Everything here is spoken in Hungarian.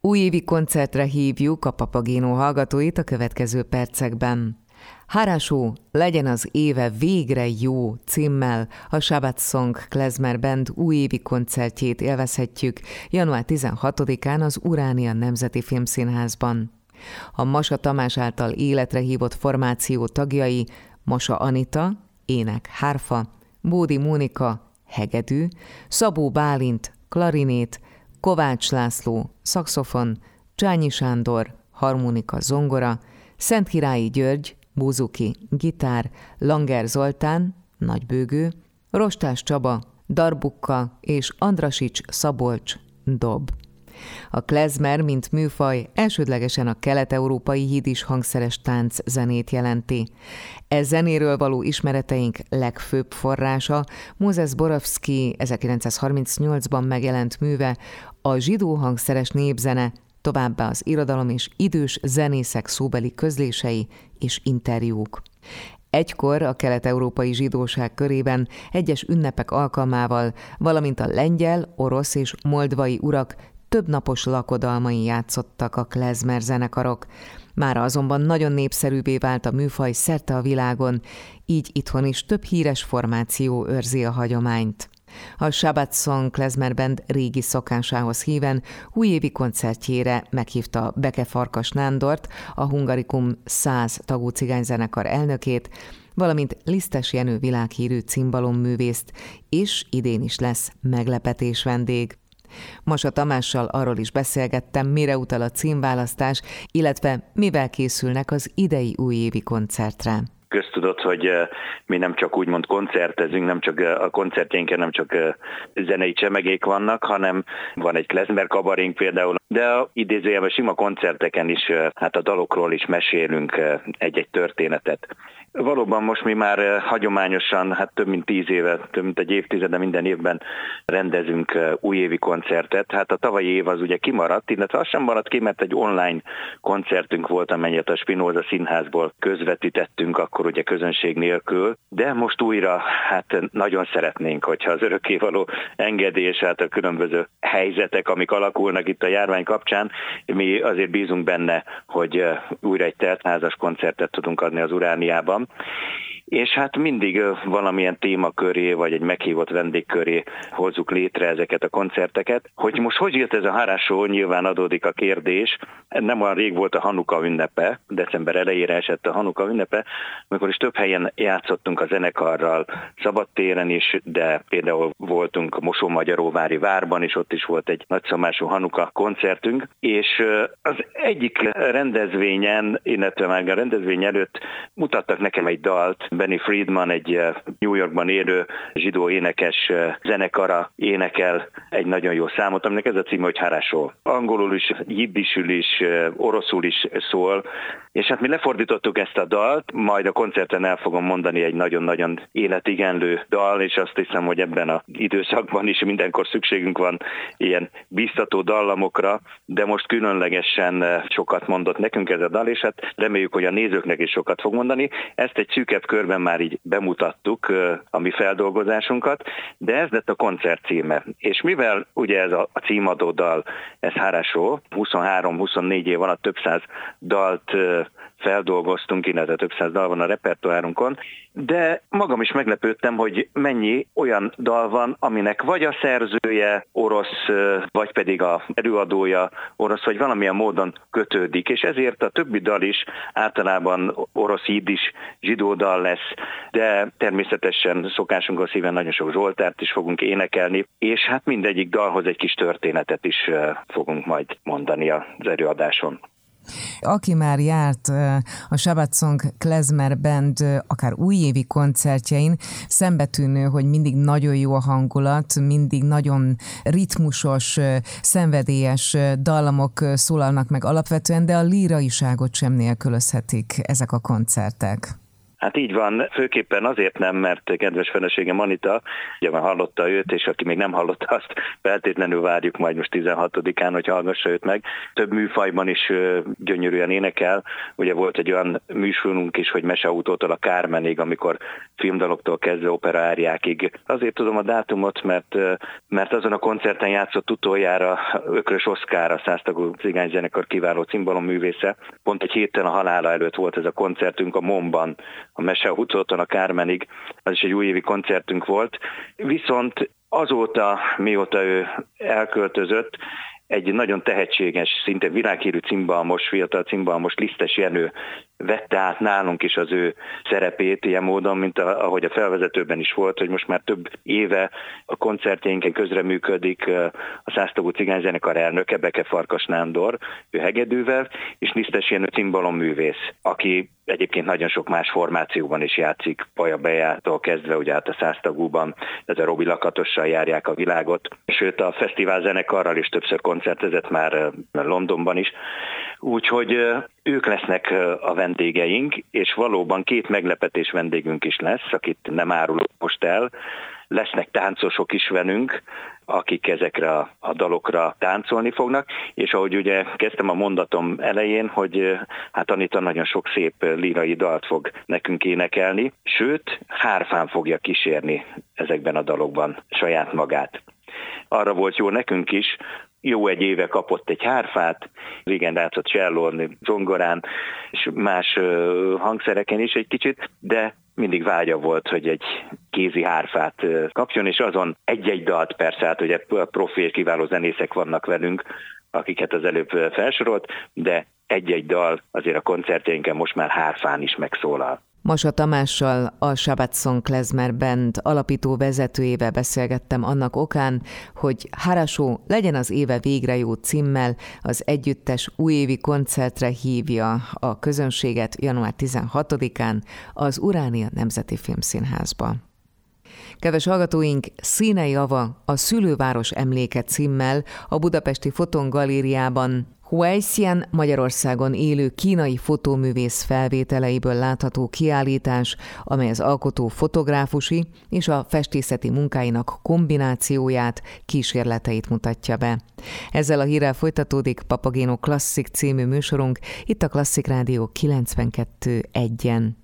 Újévi koncertre hívjuk a Papagéno hallgatóit a következő percekben. Harasó, legyen az éve végre jó címmel a Shabbat Song Klezmer Band újévi koncertjét élvezhetjük január 16-án az Uránia Nemzeti Filmszínházban. A Masa Tamás által életre hívott formáció tagjai Masa Anita, ének, hárfa, Bódi Mónika, hegedű, Szabó Bálint, klarinét, Kovács László, szaxofon, Csányi Sándor, harmonika, zongora, Szentkirályi György, buzuki, gitár, Langer Zoltán, nagybőgő, Rostás Csaba, darbukka és Andrasics Szabolcs, dob. A klezmer, mint műfaj, elsődlegesen a kelet-európai jiddis hangszeres tánc zenét jelenti. E zenéről való ismereteink legfőbb forrása Moses Borowski 1938-ban megjelent műve, a zsidó hangszeres népzene, továbbá az irodalom és idős zenészek szóbeli közlései és interjúk. Egykor a kelet-európai zsidóság körében egyes ünnepek alkalmával, valamint a lengyel, orosz és moldvai urak több napos lakodalmain játszottak a klezmer zenekarok. Mára azonban nagyon népszerűbbé vált a műfaj szerte a világon, így itthon is több híres formáció őrzi a hagyományt. A Shabbat Song Klezmer Band régi szokásához híven újévi koncertjére meghívta Beke Farkas Nándort, a Hungarikum 100 tagú cigányzenekar elnökét, valamint Lisztes Jenő világhírű cimbalomművészt, és idén is lesz meglepetés vendég. Masa Tamással arról is beszélgettem, mire utal a címválasztás, illetve mivel készülnek az idei újévi koncertre. Köztudott, hogy mi nem csak úgymond koncertezünk, nem csak a koncertjeinken nem csak zenei csemegék vannak, hanem van egy klezmer kabarénk például, de a idézőjelben sima koncerteken is, hát a dalokról is mesélünk egy-egy történetet. Valóban most mi már hagyományosan, hát több mint 10 éve, több mint egy évtizede minden évben rendezünk újévi koncertet. Hát a tavalyi év az ugye kimaradt, illetve az sem maradt ki, mert egy online koncertünk volt, amelyet a Spinoza Színházból közvetítettünk, akkor ugye közönség nélkül. De most újra, hát nagyon szeretnénk, hogyha az örökkévaló engedélyes, hát a különböző helyzetek, amik alakulnak itt a járvány kapcsán, mi azért bízunk benne, hogy újra egy teltházas koncertet tudunk adni az Urániában. És hát mindig valamilyen téma köré, vagy egy meghívott vendég köré hozzuk létre ezeket a koncerteket. Hogy most hogy jött ez a Harasó, nyilván adódik a kérdés. Nem olyan rég volt a Hanuka ünnepe, december elejére esett a Hanuka ünnepe, amikor is több helyen játszottunk a zenekarral, szabadtéren is, de például voltunk Mosonmagyaróvári várban is, ott is volt egy nagyszabású Hanuka koncertünk, és az egyik rendezvényen, illetve már a rendezvény előtt mutattak nekem egy dalt. Benny Friedman, egy New Yorkban élő zsidó énekes zenekara énekel egy nagyon jó számot, aminek ez a címe, hogy Harasó. Angolul is, jiddisül is, oroszul is szól, és hát mi lefordítottuk ezt a dalt, majd a koncerten el fogom mondani egy nagyon-nagyon életigenlő dal, és azt hiszem, hogy ebben az időszakban is mindenkor szükségünk van ilyen biztató dallamokra, de most különlegesen sokat mondott nekünk ez a dal, és hát reméljük, hogy a nézőknek is sokat fog mondani. Ezt egy szűkebb körben már így bemutattuk a mi feldolgozásunkat, de ez lett a koncert címe. És mivel ugye ez a címadó dal, ez Harasó, 23-24 év alatt több száz dalt feldolgoztunk, illetve több száz dal van a repertoárunkon, de magam is meglepődtem, hogy mennyi olyan dal van, aminek vagy a szerzője orosz, vagy pedig a előadója orosz, vagy valamilyen módon kötődik, és ezért a többi dal is általában orosz, jiddis, zsidó dal lesz, de természetesen szokásunkhoz híven nagyon sok zsoltárt is fogunk énekelni, és hát mindegyik dalhoz egy kis történetet is fogunk majd mondani az előadáson. Aki már járt a Shabbat Song Klezmer Band akár újévi koncertjein, szembetűnő, hogy mindig nagyon jó a hangulat, mindig nagyon ritmusos, szenvedélyes dallamok szólalnak meg alapvetően, de a líraiságot sem nélkülözhetik ezek a koncertek. Hát így van, főképpen azért nem, mert kedves feleségem Anita, ugye már hallotta őt, és aki még nem hallotta, azt feltétlenül várjuk majd most 16-án, hogy hallgassa őt meg. Több műfajban is gyönyörűen énekel. Ugye volt egy olyan műsorunk is, hogy Meseautótól a Kármenig, amikor filmdaloktól kezdve operaáriákig. Azért tudom a dátumot, mert azon a koncerten játszott utoljára Ökrös Oszkár, a 100 tagú cigányzenekar kiváló cimbalomművésze. Pont egy héttel a halála előtt volt ez a koncertünk a MOM-ban, a Meseautótól a Kármenig. Az is egy újévi koncertünk volt. Viszont azóta, mióta ő elköltözött, egy nagyon tehetséges, szinte világhírű cimbalmos, fiatal cimbalmos Lisztes Jenő vette át nálunk is az ő szerepét ilyen módon, mint ahogy a felvezetőben is volt, hogy most már több éve a koncertjeinken közreműködik a 100 tagú cigányzenekar elnöke, Beke Farkas Nándor, ő hegedűvel, és Lisztes Jenő cimbalomművész, aki egyébként nagyon sok más formációban is játszik, Paja Bejától kezdve, ugye át a 100 tagúban, ez a Robi Lakatossal járják a világot, sőt a fesztivál zenekarral is többször koncertezett már Londonban is, úgyhogy ők lesznek a vendégeink, és valóban 2 meglepetés vendégünk is lesz, akit nem árulok most el. Lesznek táncosok is velünk, akik ezekre a dalokra táncolni fognak, és ahogy ugye kezdtem a mondatom elején, hogy hát Anita nagyon sok szép lírai dalt fog nekünk énekelni, sőt, hárfán fogja kísérni ezekben a dalokban saját magát. Arra volt jó nekünk is, jó egy éve kapott egy hárfát, régen játszott csellón, zongorán, és más hangszereken is egy kicsit, de mindig vágya volt, hogy egy kézi hárfát kapjon, és azon egy-egy dalt persze, hát ugye profi és kiváló zenészek vannak velünk, akiket az előbb felsorolt, de egy-egy dal azért a koncertjeinken most már hárfán is megszólal. Masa Tamással, a Shabbat Song Klezmer Band alapító vezetőjével beszélgettem annak okán, hogy Harasó legyen az éve végre jó címmel az együttes újévi koncertre hívja a közönséget január 16-án az Uránia Nemzeti Filmszínházba. Kedves hallgatóink, Színei Ava, a Szülőváros emléke címmel a Budapesti Fotongalériában Huayxian Magyarországon élő kínai fotóművész felvételeiből látható kiállítás, amely az alkotó fotográfusi és a festészeti munkáinak kombinációját, kísérleteit mutatja be. Ezzel a hírrel folytatódik Papagéno Klasszik című műsorunk itt a Klasszik Rádió 92.1-en.